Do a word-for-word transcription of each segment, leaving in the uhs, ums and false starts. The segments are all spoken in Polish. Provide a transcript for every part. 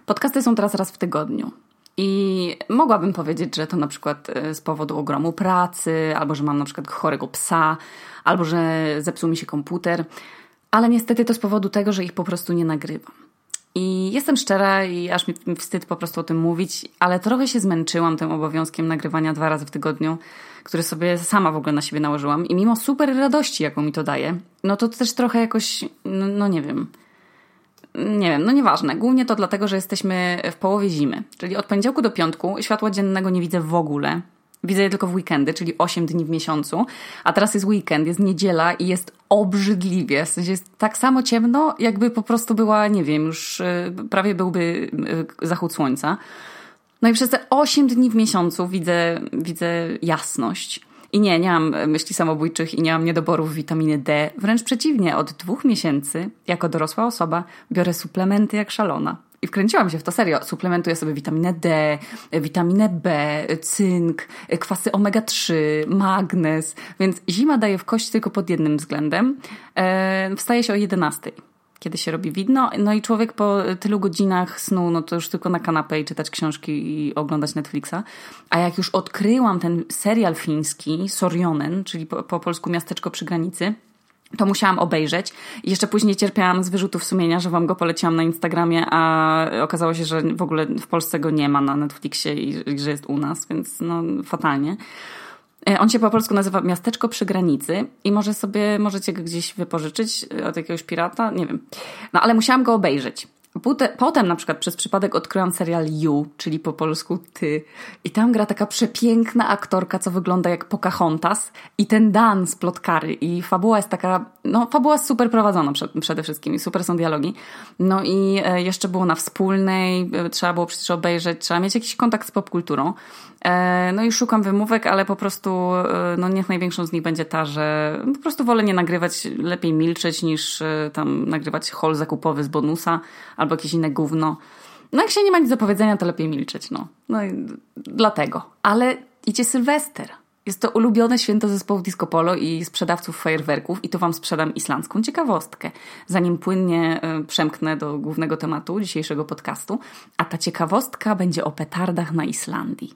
Podcasty są teraz raz w tygodniu. I mogłabym powiedzieć, że to na przykład z powodu ogromu pracy, albo że mam na przykład chorego psa, albo że zepsuł mi się komputer, ale niestety to z powodu tego, że ich po prostu nie nagrywam. I jestem szczera i aż mi wstyd po prostu o tym mówić, ale trochę się zmęczyłam tym obowiązkiem nagrywania dwa razy w tygodniu, który sobie sama w ogóle na siebie nałożyłam. I mimo super radości, jaką mi to daje, no to też trochę jakoś, no, no nie wiem... Nie wiem, no nieważne. Głównie to dlatego, że jesteśmy w połowie zimy. Czyli od poniedziałku do piątku światła dziennego nie widzę w ogóle. Widzę je tylko w weekendy, czyli osiem dni w miesiącu. A teraz jest weekend, jest niedziela i jest obrzydliwie. W sensie jest tak samo ciemno, jakby po prostu była, nie wiem, już prawie byłby zachód słońca. No i przez te osiem dni w miesiącu widzę, widzę jasność. I nie, nie mam myśli samobójczych i nie mam niedoborów witaminy D. Wręcz przeciwnie, od dwóch miesięcy, jako dorosła osoba, biorę suplementy jak szalona. I wkręciłam się w to serio. Suplementuję sobie witaminę D, witaminę B, cynk, kwasy omega trzy, magnez. Więc zima daje w kość tylko pod jednym względem. E, wstaje się o jedenastej. Kiedy się robi widno. No i człowiek po tylu godzinach snu, no to już tylko na kanapę i czytać książki i oglądać Netflixa. A jak już odkryłam ten serial fiński, Sorjonen, czyli po, po polsku Miasteczko przy granicy, to musiałam obejrzeć. I jeszcze później cierpiałam z wyrzutów sumienia, że wam go poleciłam na Instagramie, a okazało się, że w ogóle w Polsce go nie ma na Netflixie i, i że jest u nas, więc no fatalnie. On się po polsku nazywa Miasteczko przy granicy i może sobie, możecie go gdzieś wypożyczyć od jakiegoś pirata, nie wiem. No ale musiałam go obejrzeć. Potem na przykład przez przypadek odkryłam serial You, czyli po polsku Ty. I tam gra taka przepiękna aktorka, co wygląda jak Pocahontas i ten Dan z Plotkary. I fabuła jest taka, no fabuła jest super prowadzona przede wszystkim i super są dialogi. No i jeszcze było na Wspólnej, trzeba było przecież obejrzeć, trzeba mieć jakiś kontakt z popkulturą. No i szukam wymówek, ale po prostu no niech największą z nich będzie ta, że po prostu wolę nie nagrywać, lepiej milczeć niż tam nagrywać haul zakupowy z bonusa albo jakieś inne gówno. No jak się nie ma nic do powiedzenia, to lepiej milczeć, no. No i dlatego. Ale idzie Sylwester. Jest to ulubione święto zespołu Disco Polo i sprzedawców fajerwerków i tu wam sprzedam islandzką ciekawostkę. Zanim płynnie przemknę do głównego tematu dzisiejszego podcastu, a ta ciekawostka będzie o petardach na Islandii.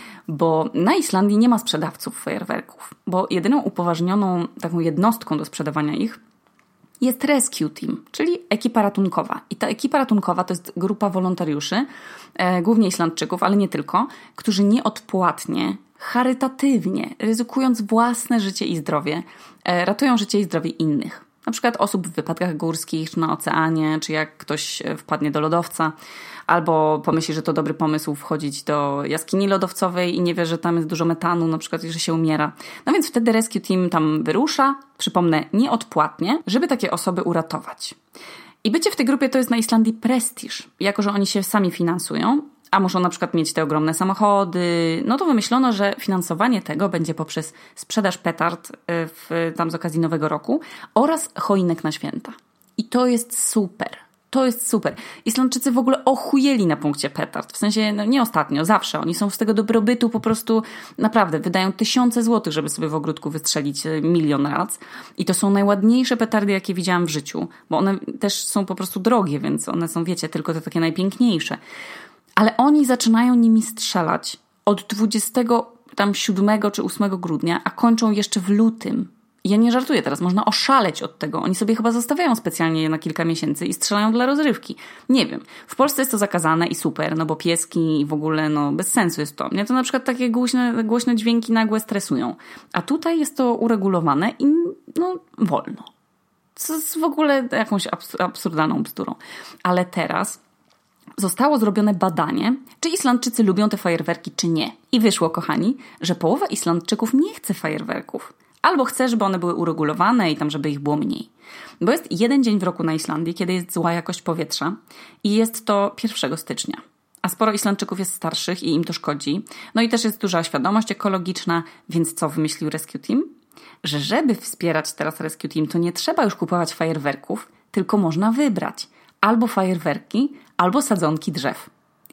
Bo na Islandii nie ma sprzedawców fajerwerków, bo jedyną upoważnioną taką jednostką do sprzedawania ich jest Rescue Team, czyli ekipa ratunkowa. I ta ekipa ratunkowa to jest grupa wolontariuszy, e, głównie Islandczyków, ale nie tylko, którzy nieodpłatnie, charytatywnie, ryzykując własne życie i zdrowie, e, ratują życie i zdrowie innych. Na przykład osób w wypadkach górskich, czy na oceanie, czy jak ktoś wpadnie do lodowca, albo pomyśli, że to dobry pomysł wchodzić do jaskini lodowcowej i nie wie, że tam jest dużo metanu, na przykład, że się umiera. No więc wtedy Rescue Team tam wyrusza, przypomnę, nieodpłatnie, żeby takie osoby uratować. I bycie w tej grupie to jest na Islandii prestiż, jako że oni się sami finansują, a muszą na przykład mieć te ogromne samochody, no to wymyślono, że finansowanie tego będzie poprzez sprzedaż petard w, tam z okazji Nowego Roku oraz choinek na święta. I to jest super. To jest super. Islandczycy w ogóle ochujeli na punkcie petard. W sensie, no nie ostatnio, zawsze. Oni są z tego dobrobytu po prostu naprawdę. Wydają tysiące złotych, żeby sobie w ogródku wystrzelić milion rac. I to są najładniejsze petardy, jakie widziałam w życiu. Bo one też są po prostu drogie, więc one są, wiecie, tylko te takie najpiękniejsze. Ale oni zaczynają nimi strzelać od dwudziestego siódmego czy ósmego grudnia, a kończą jeszcze w lutym. I ja nie żartuję teraz, można oszaleć od tego. Oni sobie chyba zostawiają specjalnie je na kilka miesięcy i strzelają dla rozrywki. Nie wiem. W Polsce jest to zakazane i super, no bo pieski i w ogóle no bez sensu jest to. Mnie to na przykład takie głośne, głośne dźwięki nagłe stresują. A tutaj jest to uregulowane i no wolno. Co jest w ogóle jakąś absurdalną bzdurą. Ale teraz zostało zrobione badanie, czy Islandczycy lubią te fajerwerki, czy nie. I wyszło, kochani, że połowa Islandczyków nie chce fajerwerków. Albo chce, żeby one były uregulowane i tam, żeby ich było mniej. Bo jest jeden dzień w roku na Islandii, kiedy jest zła jakość powietrza i jest to pierwszego stycznia. A sporo Islandczyków jest starszych i im to szkodzi. No i też jest duża świadomość ekologiczna, więc co wymyślił Rescue Team? Że żeby wspierać teraz Rescue Team, to nie trzeba już kupować fajerwerków, tylko można wybrać albo fajerwerki, albo sadzonki drzew.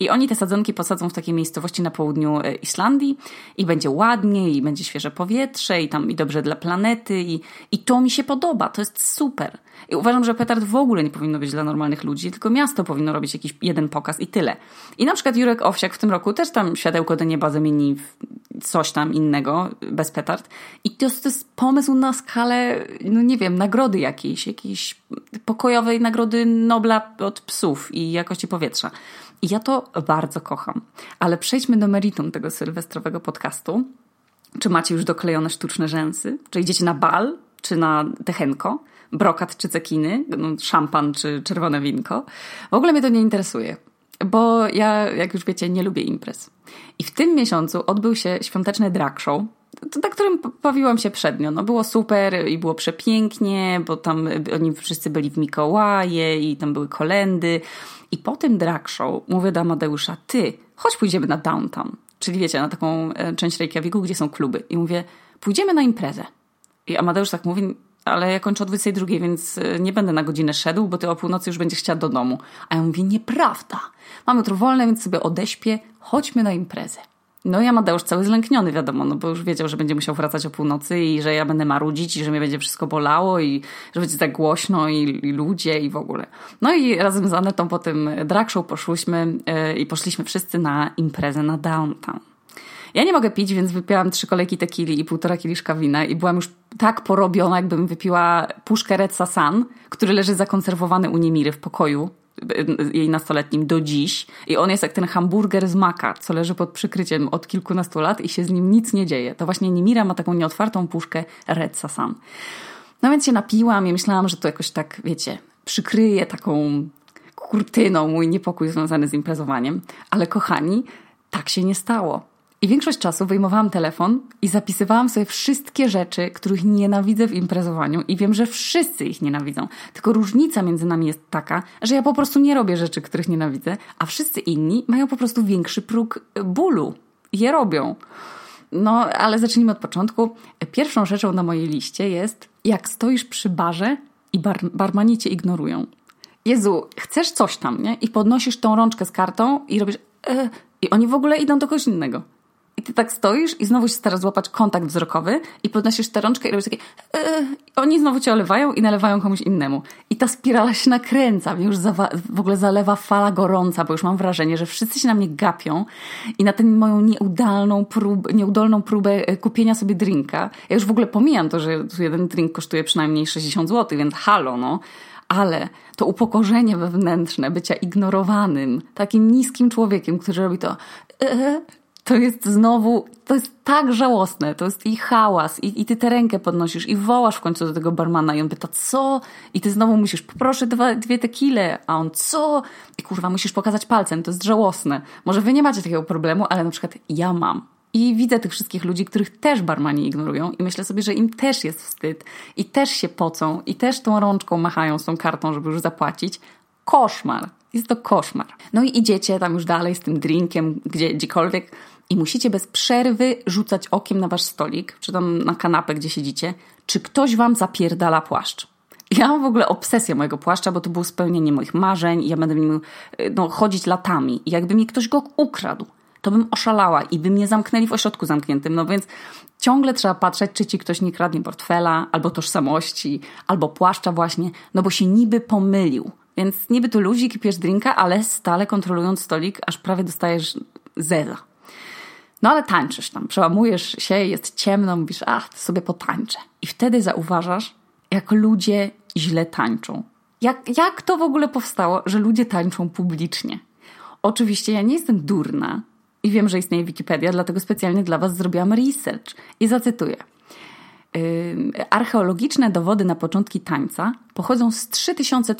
I oni te sadzonki posadzą w takiej miejscowości na południu Islandii i będzie ładnie, i będzie świeże powietrze, i tam i dobrze dla planety, i, i to mi się podoba, to jest super. I uważam, że petard w ogóle nie powinno być dla normalnych ludzi, tylko miasto powinno robić jakiś jeden pokaz i tyle. I na przykład Jurek Owsiak w tym roku też tam światełko do nieba zamieni w coś tam innego, bez petard. I to jest, to jest pomysł na skalę, no nie wiem, nagrody jakiejś, jakiejś pokojowej nagrody Nobla od psów i jakości powietrza. I ja to bardzo kocham. Ale przejdźmy do meritum tego sylwestrowego podcastu. Czy macie już doklejone sztuczne rzęsy? Czy idziecie na bal? Czy na techenko? Brokat czy cekiny? No, szampan czy czerwone winko? W ogóle mnie to nie interesuje. Bo ja, jak już wiecie, nie lubię imprez. I w tym miesiącu odbył się świąteczny drag show, na którym bawiłam się przednio. No było super i było przepięknie, bo tam oni wszyscy byli w Mikołaje i tam były kolendy. I po tym drag show mówię do Amadeusza, ty, chodź pójdziemy na downtown. Czyli wiecie, na taką część Reykjaviku, gdzie są kluby. I mówię, pójdziemy na imprezę. I Amadeusz tak mówi, ale ja kończę o dwudziestej drugiej, więc nie będę na godzinę szedł, bo ty o północy już będziesz chciała do domu. A ja mówię, nieprawda. Mam jutro wolne, więc sobie odeśpię. Chodźmy na imprezę. No i Amadeusz cały zlękniony, wiadomo, no bo już wiedział, że będzie musiał wracać o północy i że ja będę marudzić i że mnie będzie wszystko bolało i że będzie tak głośno i, i ludzie i w ogóle. No i razem z Anetą po tym drag show poszłyśmy yy, i poszliśmy wszyscy na imprezę na downtown. Ja nie mogę pić, więc wypiłam trzy kolejki tequili i półtora kieliszka wina i byłam już tak porobiona, jakbym wypiła puszkę Red Sasan, który leży zakonserwowany u Niemiry w pokoju jej nastoletnim do dziś. I on jest jak ten hamburger z Maka, co leży pod przykryciem od kilkunastu lat i się z nim nic nie dzieje. To właśnie Niemira ma taką nieotwartą puszkę Red Sasan. No więc się napiłam i myślałam, że to jakoś tak, wiecie, przykryje taką kurtyną mój niepokój związany z imprezowaniem. Ale kochani, tak się nie stało. I większość czasu wyjmowałam telefon i zapisywałam sobie wszystkie rzeczy, których nienawidzę w imprezowaniu i wiem, że wszyscy ich nienawidzą. Tylko różnica między nami jest taka, że ja po prostu nie robię rzeczy, których nienawidzę, a wszyscy inni mają po prostu większy próg bólu i je robią. No, ale zacznijmy od początku. Pierwszą rzeczą na mojej liście jest, jak stoisz przy barze i bar- barmani cię ignorują. Jezu, chcesz coś tam, nie? I podnosisz tą rączkę z kartą i robisz yy, i oni w ogóle idą do kogoś innego. I ty tak stoisz i znowu się starasz złapać kontakt wzrokowy i podnosisz tę rączkę i robisz takie yy, oni znowu cię olewają i nalewają komuś innemu. I ta spirala się nakręca. Mnie już zawa- w ogóle zalewa fala gorąca, bo już mam wrażenie, że wszyscy się na mnie gapią i na tę moją nieudolną, prób- nieudolną próbę kupienia sobie drinka. Ja już w ogóle pomijam to, że tu jeden drink kosztuje przynajmniej sześćdziesiąt złotych, więc halo, no. Ale to upokorzenie wewnętrzne, bycia ignorowanym, takim niskim człowiekiem, który robi to, yy, to jest znowu, to jest tak żałosne, to jest i hałas, i, i ty tę rękę podnosisz i wołasz w końcu do tego barmana i on pyta, co? I ty znowu musisz, poproszę dwa, dwie tequile, a on, co? I kurwa, musisz pokazać palcem, to jest żałosne. Może wy nie macie takiego problemu, ale na przykład ja mam. I widzę tych wszystkich ludzi, których też barmani ignorują i myślę sobie, że im też jest wstyd i też się pocą i też tą rączką machają z tą kartą, żeby już zapłacić. Koszmar. Jest to koszmar. No i idziecie tam już dalej z tym drinkiem, gdzie, gdziekolwiek i musicie bez przerwy rzucać okiem na wasz stolik, czy tam na kanapę, gdzie siedzicie, czy ktoś wam zapierdala płaszcz. Ja mam w ogóle obsesję mojego płaszcza, bo to było spełnienie moich marzeń i ja będę w nim no, chodzić latami. I jakby mi ktoś go ukradł, to bym oszalała i by mnie zamknęli w ośrodku zamkniętym. No więc ciągle trzeba patrzeć, czy ci ktoś nie kradnie portfela, albo tożsamości, albo płaszcza właśnie, no bo się niby pomylił. Więc niby tu luzik i pijesz drinka, ale stale kontrolując stolik, aż prawie dostajesz zeza. No ale tańczysz tam, przełamujesz się, jest ciemno, mówisz, ach, to sobie potańczę. I wtedy zauważasz, jak ludzie źle tańczą. Jak, jak to w ogóle powstało, że ludzie tańczą publicznie? Oczywiście ja nie jestem durna i wiem, że istnieje Wikipedia, dlatego specjalnie dla was zrobiłam research. I zacytuję. Yy, archeologiczne dowody na początki tańca pochodzą z trzy tysiące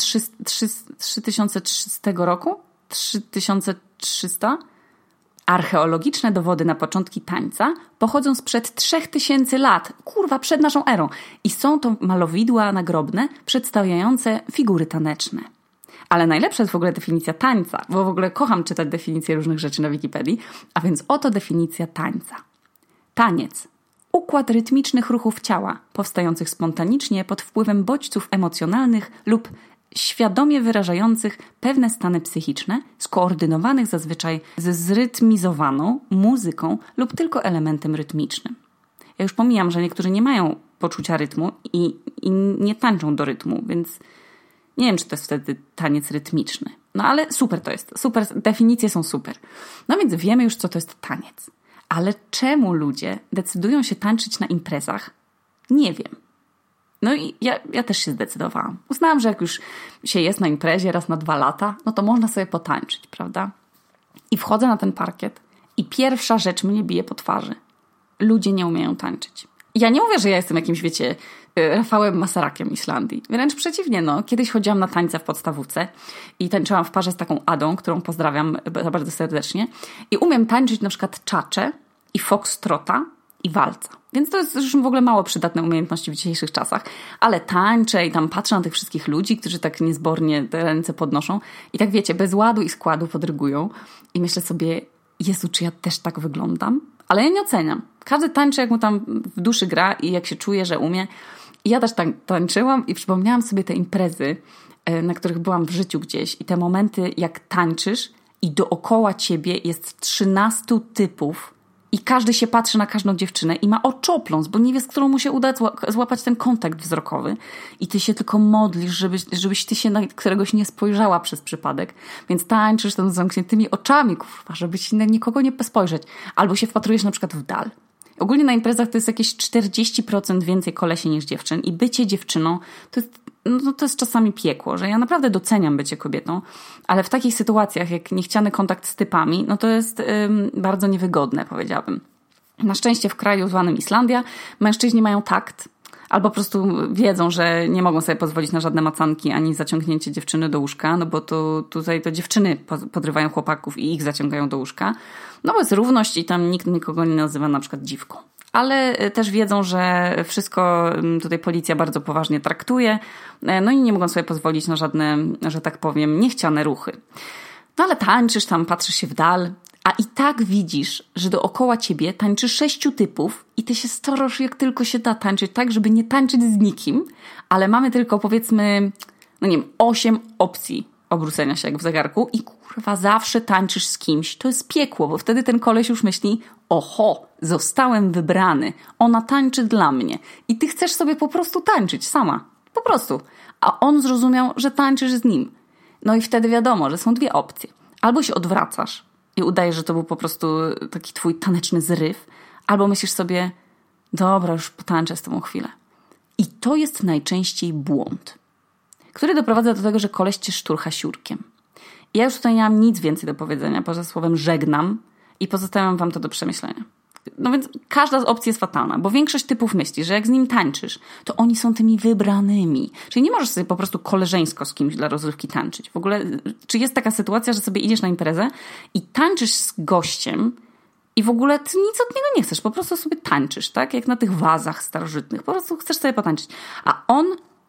trzystego roku? trzy tysiące trzysta? Archeologiczne dowody na początki tańca pochodzą sprzed trzech tysięcy lat. Kurwa, przed naszą erą. I są to malowidła nagrobne przedstawiające figury taneczne. Ale najlepsza jest w ogóle definicja tańca, bo w ogóle kocham czytać definicje różnych rzeczy na Wikipedii, a więc oto definicja tańca. Taniec. Układ rytmicznych ruchów ciała, powstających spontanicznie pod wpływem bodźców emocjonalnych lub świadomie wyrażających pewne stany psychiczne, skoordynowanych zazwyczaj ze zrytmizowaną muzyką lub tylko elementem rytmicznym. Ja już pomijam, że niektórzy nie mają poczucia rytmu i, i nie tańczą do rytmu, więc nie wiem, czy to jest wtedy taniec rytmiczny. No ale super to jest. Super, definicje są super. No więc wiemy już, co to jest taniec. Ale czemu ludzie decydują się tańczyć na imprezach? Nie wiem. No i ja, ja też się zdecydowałam. Uznałam, że jak już się jest na imprezie raz na dwa lata, no to można sobie potańczyć, prawda? I wchodzę na ten parkiet i pierwsza rzecz mnie bije po twarzy. Ludzie nie umieją tańczyć. Ja nie mówię, że ja jestem jakimś, wiecie, Rafałem Masarakiem Islandii. Wręcz przeciwnie, no. Kiedyś chodziłam na tańce w podstawówce i tańczyłam w parze z taką Adą, którą pozdrawiam bardzo serdecznie. I umiem tańczyć na przykład czacze i foxtrota i walca. Więc to jest już w ogóle mało przydatne umiejętności w dzisiejszych czasach. Ale tańczę i tam patrzę na tych wszystkich ludzi, którzy tak niezbornie te ręce podnoszą i tak wiecie, bez ładu i składu podrygują. I myślę sobie, Jezu, czy ja też tak wyglądam? Ale ja nie oceniam. Każdy tańczy, jak mu tam w duszy gra i jak się czuje, że umie. I ja też tań- tańczyłam i przypomniałam sobie te imprezy, na których byłam w życiu gdzieś i te momenty, jak tańczysz i dookoła ciebie jest trzynastu typów i każdy się patrzy na każdą dziewczynę i ma oczopląs, bo nie wie, z którą mu się uda złapać ten kontakt wzrokowy i ty się tylko modlisz, żebyś, żebyś ty się na któregoś nie spojrzała przez przypadek, więc tańczysz tam z zamkniętymi oczami, kurwa, żebyś na nikogo nie spojrzeć, albo się wpatrujesz na przykład w dal. Ogólnie na imprezach to jest jakieś czterdzieści procent więcej kolesi niż dziewczyn i bycie dziewczyną to jest, no to jest czasami piekło, że ja naprawdę doceniam bycie kobietą, ale w takich sytuacjach jak niechciany kontakt z typami, no to jest ym, bardzo niewygodne, powiedziałabym. Na szczęście w kraju zwanym Islandia mężczyźni mają takt, albo po prostu wiedzą, że nie mogą sobie pozwolić na żadne macanki ani zaciągnięcie dziewczyny do łóżka, no bo to tutaj to dziewczyny podrywają chłopaków i ich zaciągają do łóżka. No bo jest równość i tam nikt nikogo nie nazywa na przykład dziwką. Ale też wiedzą, że wszystko tutaj policja bardzo poważnie traktuje, no i nie mogą sobie pozwolić na żadne, że tak powiem, niechciane ruchy. No ale tańczysz tam, patrzysz się w dal, a i tak widzisz, że dookoła ciebie tańczy sześciu typów i ty się starasz jak tylko się da tańczyć tak, żeby nie tańczyć z nikim, ale mamy tylko powiedzmy, no nie wiem, osiem opcji obrócenia się jak w zegarku i kurwa zawsze tańczysz z kimś. To jest piekło, bo wtedy ten koleś już myśli, oho, zostałem wybrany, ona tańczy dla mnie i ty chcesz sobie po prostu tańczyć sama, po prostu. A on zrozumiał, że tańczysz z nim. No i wtedy wiadomo, że są dwie opcje. Albo się odwracasz i udajesz, że to był po prostu taki twój taneczny zryw, albo myślisz sobie, dobra, już potańczę z tobą chwilę. I to jest najczęściej błąd, który doprowadza do tego, że koleś cię szturcha siurkiem. I ja już tutaj nie mam nic więcej do powiedzenia, poza słowem żegnam i pozostawiam wam to do przemyślenia. No więc każda z opcji jest fatalna, bo większość typów myśli, że jak z nim tańczysz, to oni są tymi wybranymi. Czyli nie możesz sobie po prostu koleżeńsko z kimś dla rozrywki tańczyć. W ogóle, czy jest taka sytuacja, że sobie idziesz na imprezę i tańczysz z gościem i w ogóle ty nic od niego nie chcesz, po prostu sobie tańczysz, tak? Jak na tych wazach starożytnych, po prostu chcesz sobie potańczyć. A on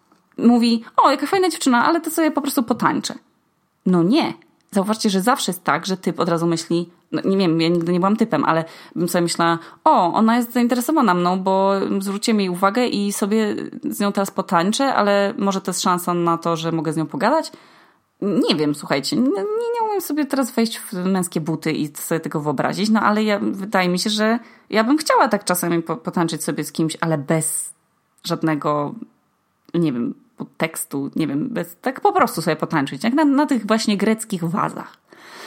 mówi, o, jaka fajna dziewczyna, ale to sobie po prostu potańczę. No nie. Zauważcie, że zawsze jest tak, że typ od razu myśli, no nie wiem, ja nigdy nie byłam typem, ale bym sobie myślała, o, ona jest zainteresowana mną, bo zwróciłem jej uwagę i sobie z nią teraz potańczę, ale może to jest szansa na to, że mogę z nią pogadać? Nie wiem, słuchajcie, nie, nie umiem sobie teraz wejść w męskie buty i sobie tego wyobrazić, no ale ja, wydaje mi się, że ja bym chciała tak czasami potańczyć sobie z kimś, ale bez żadnego, nie wiem, tekstu, nie wiem, bez, tak po prostu sobie potańczyć, jak na, na tych właśnie greckich wazach.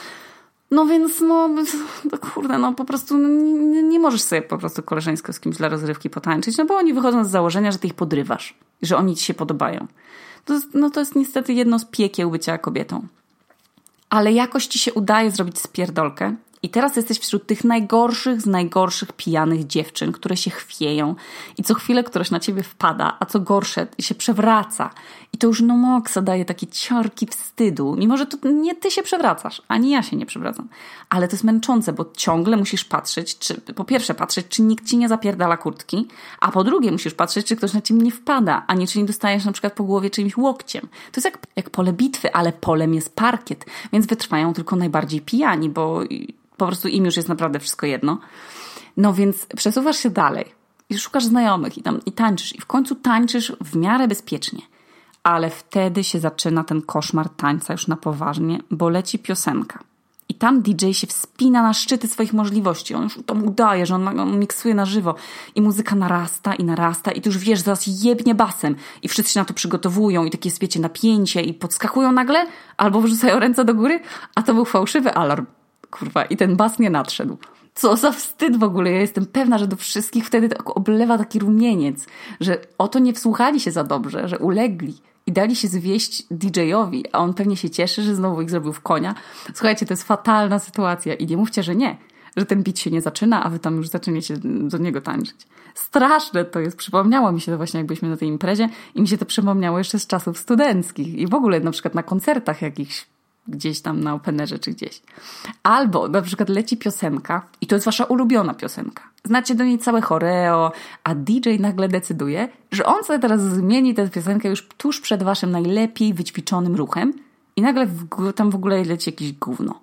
No więc, no, no kurde, no po prostu nie, nie możesz sobie po prostu koleżeńsko z kimś dla rozrywki potańczyć, no bo oni wychodzą z założenia, że ty ich podrywasz, że oni ci się podobają. To jest, no to jest niestety jedno z piekieł bycia kobietą. Ale jakoś ci się udaje zrobić spierdolkę i teraz jesteś wśród tych najgorszych z najgorszych pijanych dziewczyn, które się chwieją i co chwilę któraś na ciebie wpada, a co gorsze się przewraca. I to już no moksa daje takie ciarki wstydu, mimo że to nie ty się przewracasz, ani ja się nie przewracam. Ale to jest męczące, bo ciągle musisz patrzeć, czy po pierwsze patrzeć, czy nikt ci nie zapierdala kurtki, a po drugie musisz patrzeć, czy ktoś na ciebie nie wpada, a nie czy nie dostajesz na przykład po głowie czyimś łokciem. To jest jak, jak pole bitwy, ale polem jest parkiet, więc wytrwają tylko najbardziej pijani, bo po prostu im już jest naprawdę wszystko jedno. No więc przesuwasz się dalej i szukasz znajomych i tam i tańczysz i w końcu tańczysz w miarę bezpiecznie. Ale wtedy się zaczyna ten koszmar tańca już na poważnie, bo leci piosenka. I tam D J się wspina na szczyty swoich możliwości. On już tam udaje, że on, ma, on miksuje na żywo. I muzyka narasta i narasta. I ty już wiesz, zaraz jebnie basem. I wszyscy się na to przygotowują. I takie jest, wiecie, napięcie. I podskakują nagle. Albo wrzucają ręce do góry. A to był fałszywy alarm. Kurwa. I ten bas nie nadszedł. Co za wstyd w ogóle. Ja jestem pewna, że do wszystkich wtedy tak oblewa taki rumieniec. Że oto nie wsłuchali się za dobrze. Że ulegli. I dali się zwieść D J-owi, a on pewnie się cieszy, że znowu ich zrobił w konia. Słuchajcie, to jest fatalna sytuacja i nie mówcie, że nie, że ten beat się nie zaczyna, a wy tam już zaczniecie do niego tańczyć. Straszne to jest. Przypomniało mi się to właśnie, jak byliśmy na tej imprezie i mi się to przypomniało jeszcze z czasów studenckich i w ogóle na przykład na koncertach jakichś gdzieś tam na openerze czy gdzieś. Albo na przykład leci piosenka i to jest wasza ulubiona piosenka. Znacie do niej całe choreo, a D J nagle decyduje, że on sobie teraz zmieni tę piosenkę już tuż przed waszym najlepiej wyćwiczonym ruchem i nagle w, tam w ogóle leci jakieś gówno.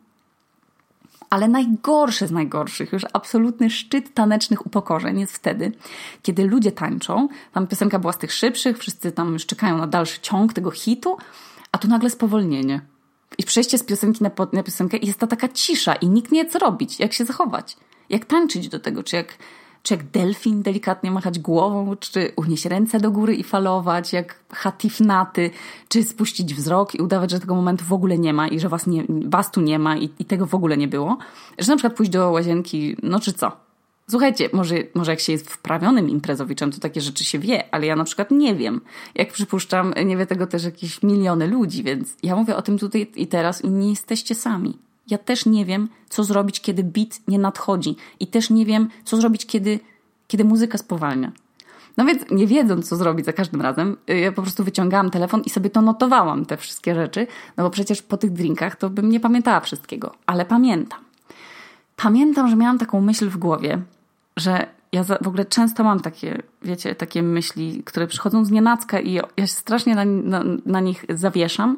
Ale najgorsze z najgorszych, już absolutny szczyt tanecznych upokorzeń jest wtedy, kiedy ludzie tańczą, tam piosenka była z tych szybszych, wszyscy tam już czekają na dalszy ciąg tego hitu, a tu nagle spowolnienie. I przejście z piosenki na, na piosenkę i jest ta taka cisza i nikt nie wie, co robić, jak się zachować, jak tańczyć do tego, czy jak, czy jak delfin delikatnie machać głową, czy unieść ręce do góry i falować, jak hatifnaty, czy spuścić wzrok i udawać, że tego momentu w ogóle nie ma i że was, nie, was tu nie ma i, i tego w ogóle nie było, że na przykład pójść do łazienki, no czy co? Słuchajcie, może, może jak się jest wprawionym imprezowiczem, to takie rzeczy się wie, ale ja na przykład nie wiem. Jak przypuszczam, nie wie tego też jakieś miliony ludzi, więc ja mówię o tym tutaj i teraz i nie jesteście sami. Ja też nie wiem, co zrobić, kiedy beat nie nadchodzi i też nie wiem, co zrobić, kiedy, kiedy muzyka spowalnia. No więc nie wiedząc, co zrobić za każdym razem, ja po prostu wyciągałam telefon i sobie to notowałam, te wszystkie rzeczy, no bo przecież po tych drinkach to bym nie pamiętała wszystkiego, ale pamiętam. Pamiętam, że miałam taką myśl w głowie, że ja w ogóle często mam takie, wiecie, takie myśli, które przychodzą z nienacka i ja się strasznie na, na, na nich zawieszam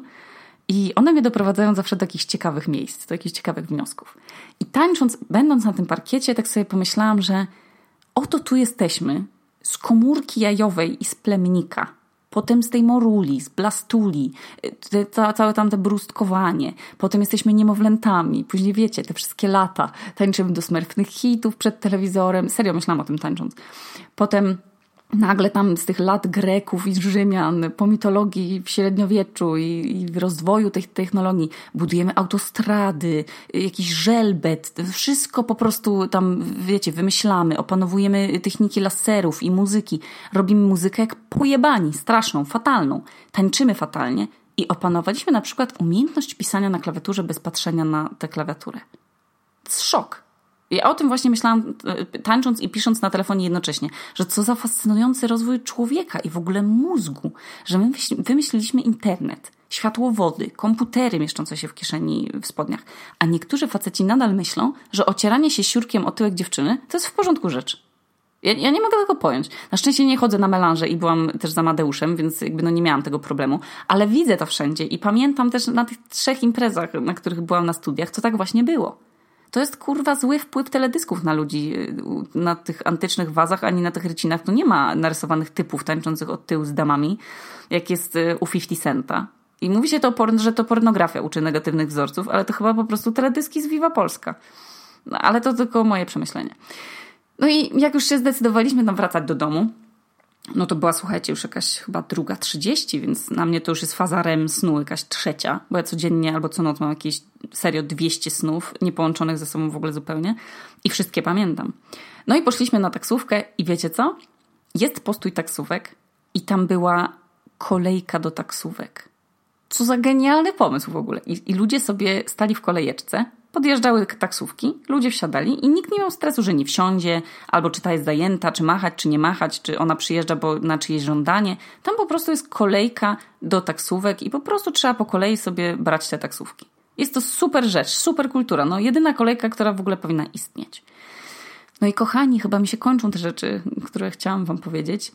i one mnie doprowadzają zawsze do jakichś ciekawych miejsc, do jakichś ciekawych wniosków. I tańcząc, będąc na tym parkiecie, tak sobie pomyślałam, że oto tu jesteśmy z komórki jajowej i z plemnika. Potem z tej moruli, z blastuli, te, całe tam te brustkowanie. Potem jesteśmy niemowlętami. Później wiecie, te wszystkie lata. Tańczymy do smerfnych hitów przed telewizorem. Serio myślałam o tym tańcząc. Potem nagle tam z tych lat Greków i Rzymian, po mitologii w średniowieczu i, i w rozwoju tych technologii budujemy autostrady, jakiś żelbet, wszystko po prostu tam, wiecie, wymyślamy, opanowujemy techniki laserów i muzyki, robimy muzykę jak pojebani, straszną, fatalną, tańczymy fatalnie i opanowaliśmy na przykład umiejętność pisania na klawiaturze bez patrzenia na tę klawiaturę. To jest szok. Ja o tym właśnie myślałam, tańcząc i pisząc na telefonie jednocześnie, że co za fascynujący rozwój człowieka i w ogóle mózgu, że my wymyśliliśmy internet, światłowody, komputery mieszczące się w kieszeni w spodniach, a niektórzy faceci nadal myślą, że ocieranie się siurkiem o tyłek dziewczyny to jest w porządku rzecz. Ja, ja nie mogę tego pojąć. Na szczęście nie chodzę na melanże i byłam też za Amadeuszem, więc jakby no nie miałam tego problemu, ale widzę to wszędzie i pamiętam też na tych trzech imprezach, na których byłam na studiach, to tak właśnie było. To jest kurwa zły wpływ teledysków na ludzi. Na tych antycznych wazach ani na tych rycinach to nie ma narysowanych typów tańczących od tyłu z damami, jak jest u fifty Centa. I mówi się to, że to pornografia uczy negatywnych wzorców, ale to chyba po prostu teledyski z Viva Polska. No, ale to tylko moje przemyślenie. No i jak już się zdecydowaliśmy tam wracać do domu, no to była, słuchajcie, już jakaś chyba druga trzydzieści, więc na mnie to już jest faza R E M snu, jakaś trzecia, bo ja codziennie albo co noc mam jakieś serio dwieście snów, niepołączonych ze sobą w ogóle zupełnie i wszystkie pamiętam. No i poszliśmy na taksówkę i wiecie co? Jest postój taksówek i tam była kolejka do taksówek. Co za genialny pomysł w ogóle. I, i ludzie sobie stali w kolejeczce, podjeżdżały taksówki, ludzie wsiadali i nikt nie miał stresu, że nie wsiądzie, albo czy ta jest zajęta, czy machać, czy nie machać, czy ona przyjeżdża bo na czyjeś żądanie. Tam po prostu jest kolejka do taksówek i po prostu trzeba po kolei sobie brać te taksówki. Jest to super rzecz, super kultura. No jedyna kolejka, która w ogóle powinna istnieć. No i kochani, chyba mi się kończą te rzeczy, które chciałam wam powiedzieć.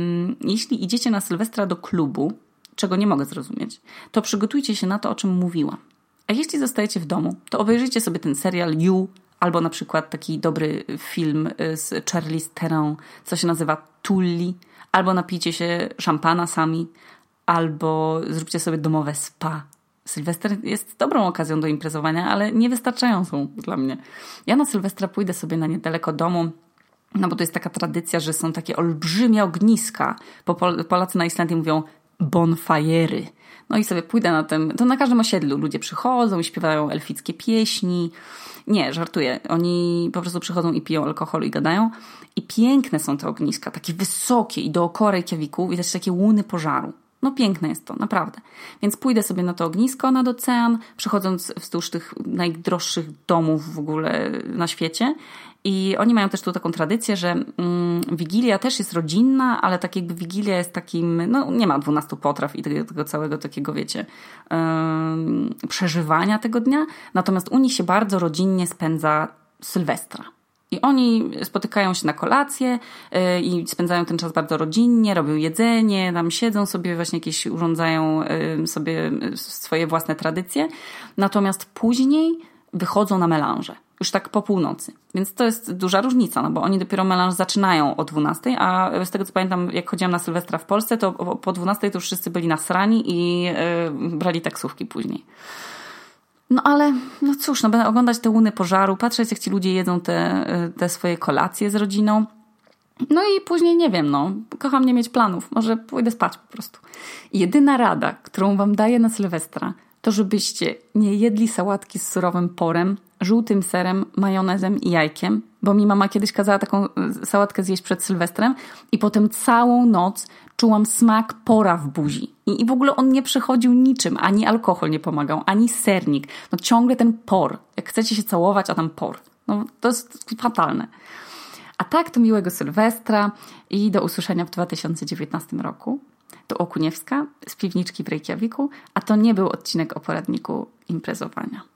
Jeśli idziecie na Sylwestra do klubu, czego nie mogę zrozumieć, to przygotujcie się na to, o czym mówiłam. A jeśli zostajecie w domu, to obejrzyjcie sobie ten serial You, albo na przykład taki dobry film z Charlize Theron, co się nazywa Tully, albo napijcie się szampana sami, albo zróbcie sobie domowe spa. Sylwester jest dobrą okazją do imprezowania, ale niewystarczającą dla mnie. Ja na Sylwestra pójdę sobie na niedaleko domu, no bo to jest taka tradycja, że są takie olbrzymie ogniska. Polacy na Islandii mówią bonfajery. No i sobie pójdę na tym, to na każdym osiedlu ludzie przychodzą i śpiewają elfickie pieśni. Nie, żartuję. Oni po prostu przychodzą i piją alkohol i gadają. I piękne są te ogniska, takie wysokie i dookoła Reykjaviku widać takie łuny pożaru. No piękne jest to, naprawdę. Więc pójdę sobie na to ognisko nad ocean, przechodząc wzdłuż tych najdroższych domów w ogóle na świecie. I oni mają też tu taką tradycję, że mm, Wigilia też jest rodzinna, ale tak jakby Wigilia jest takim, no nie ma dwunastu potraw i tego, tego całego takiego, wiecie, yy, przeżywania tego dnia. Natomiast u nich się bardzo rodzinnie spędza Sylwestra. I oni spotykają się na kolację yy, i spędzają ten czas bardzo rodzinnie, robią jedzenie, tam siedzą sobie, właśnie jakieś urządzają yy, sobie swoje własne tradycje. Natomiast później wychodzą na melanże. Już tak po północy. Więc to jest duża różnica, no bo oni dopiero melanż zaczynają o dwunastej, a z tego co pamiętam, jak chodziłam na Sylwestra w Polsce, to po dwunastej to już wszyscy byli nasrani i yy, brali taksówki później. No ale, no cóż, no będę oglądać te łuny pożaru, patrzeć jak ci ludzie jedzą te, te swoje kolacje z rodziną. No i później nie wiem, no, kocham nie mieć planów, może pójdę spać po prostu. Jedyna rada, którą wam daję na Sylwestra, to żebyście nie jedli sałatki z surowym porem, żółtym serem, majonezem i jajkiem, bo mi mama kiedyś kazała taką sałatkę zjeść przed Sylwestrem i potem całą noc czułam smak pora w buzi. I, i w ogóle on nie przechodził niczym, ani alkohol nie pomagał, ani sernik. No ciągle ten por. Jak chcecie się całować, a tam por. No to jest fatalne. A tak, to miłego Sylwestra i do usłyszenia w dwa tysiące dziewiętnastym roku. To Okuniewska z piwniczki w Reykjaviku, a to nie był odcinek o poradniku imprezowania.